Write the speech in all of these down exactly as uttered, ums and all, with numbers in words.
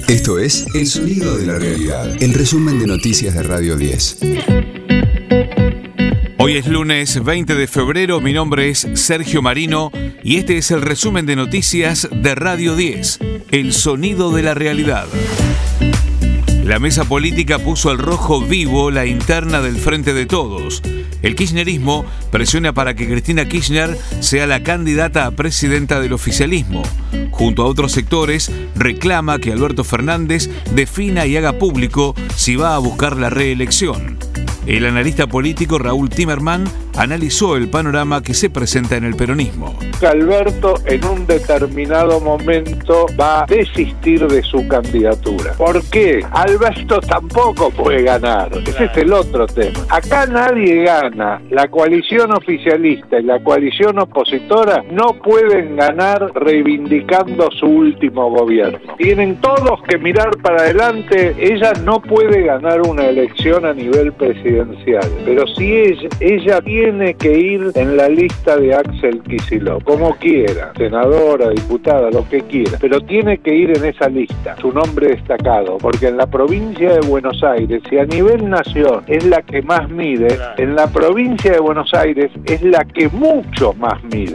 Esto es El Sonido de la Realidad, el resumen de noticias de Radio diez. Hoy es lunes veinte de febrero, mi nombre es Sergio Marino y este es el resumen de noticias de Radio diez, El Sonido de la Realidad. La mesa política puso al rojo vivo la interna del Frente de Todos. El kirchnerismo presiona para que Cristina Kirchner sea la candidata a presidenta del oficialismo. Junto a otros sectores, reclama que Alberto Fernández defina y haga público si va a buscar la reelección. El analista político Raúl Timerman analizó el panorama que se presenta en el peronismo. Alberto en un determinado momento va a desistir de su candidatura. ¿Por qué? Alberto tampoco puede ganar. Ese es el otro tema. Acá nadie gana. La coalición oficialista y la coalición opositora no pueden ganar reivindicando su último gobierno. Tienen todos que mirar para adelante. Ella no puede ganar una elección a nivel presidencial, pero si ella, ella tiene que ir en la lista de Axel Kicillof, como quiera, senadora, diputada, lo que quiera, pero tiene que ir en esa lista, su nombre destacado, porque en la provincia de Buenos Aires, y a nivel nación es la que más mide, en la provincia de Buenos Aires es la que mucho más mide.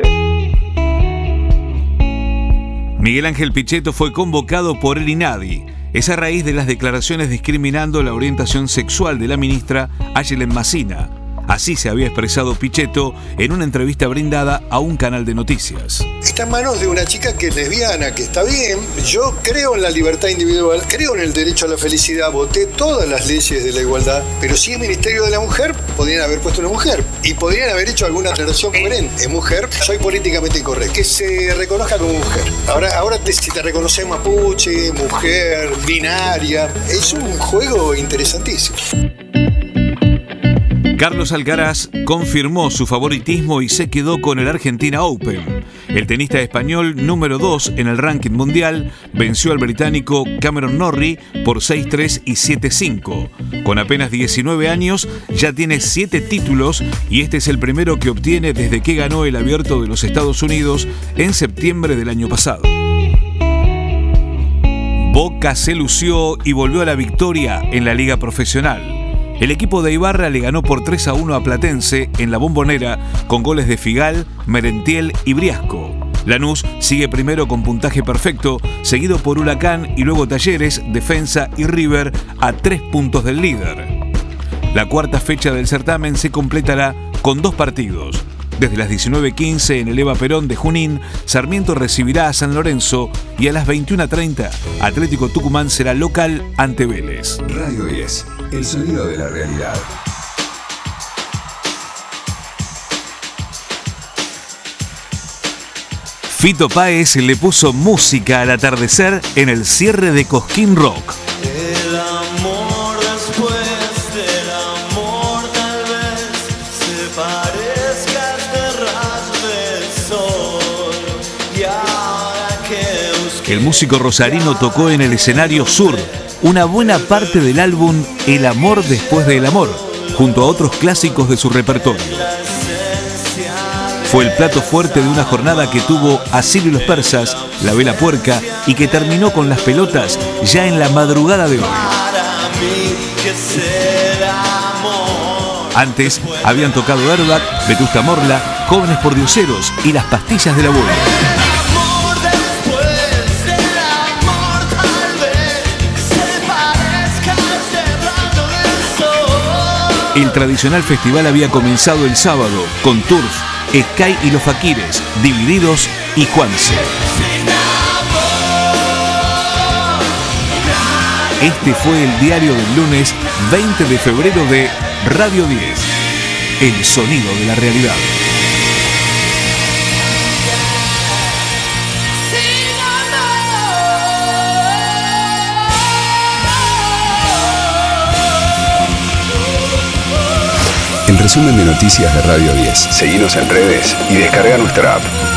Miguel Ángel Pichetto fue convocado por el INADI. Es a raíz de las declaraciones discriminando la orientación sexual de la ministra Ayelen Massina. Así se había expresado Pichetto en una entrevista brindada a un canal de noticias. Está en manos de una chica que es lesbiana, que está bien. Yo creo en la libertad individual, creo en el derecho a la felicidad, voté todas las leyes de la igualdad, pero si es Ministerio de la Mujer, podrían haber puesto una mujer y podrían haber hecho alguna aclaración coherente. Es mujer, soy políticamente incorrecto. Que se reconozca como mujer. Ahora, ahora te, si te reconoces mapuche, mujer, binaria, es un juego interesantísimo. Carlos Alcaraz confirmó su favoritismo y se quedó con el Argentina Open. El tenista español número dos en el ranking mundial venció al británico Cameron Norrie por seis tres y siete cinco. Con apenas diecinueve años ya tiene siete títulos y este es el primero que obtiene desde que ganó el Abierto de los Estados Unidos en septiembre del año pasado. Boca se lució y volvió a la victoria en la liga profesional. El equipo de Ibarra le ganó por tres a uno a Platense en la Bombonera con goles de Figal, Merentiel y Briasco. Lanús sigue primero con puntaje perfecto, seguido por Huracán y luego Talleres, Defensa y River a tres puntos del líder. La cuarta fecha del certamen se completará con dos partidos. Desde las diecinueve quince en el Eva Perón de Junín, Sarmiento recibirá a San Lorenzo y a las veintiuna treinta Atlético Tucumán será local ante Vélez. Radio diez, El Sonido de la Realidad. Fito Páez le puso música al atardecer en el cierre de Cosquín Rock. El amor después del amor tal vez se parezca a este rayo del sol. Y ahora que busqué... El músico rosarino tocó en el escenario sur una buena parte del álbum El amor después del amor, junto a otros clásicos de su repertorio. Fue el plato fuerte de una jornada que tuvo a Sirio y los Persas, La Vela Puerca y que terminó con las pelotas ya en la madrugada de hoy. Antes habían tocado Airbag, Vetusta Morla, Jóvenes Pordioseros y Las Pastillas del Abuelo. El tradicional festival había comenzado el sábado con Turf, Sky y los Faquires, Divididos y Juanse. Este fue el diario del lunes veinte de febrero de Radio diez, El Sonido de la Realidad. El resumen de noticias de Radio diez. Seguinos en redes y descarga nuestra app.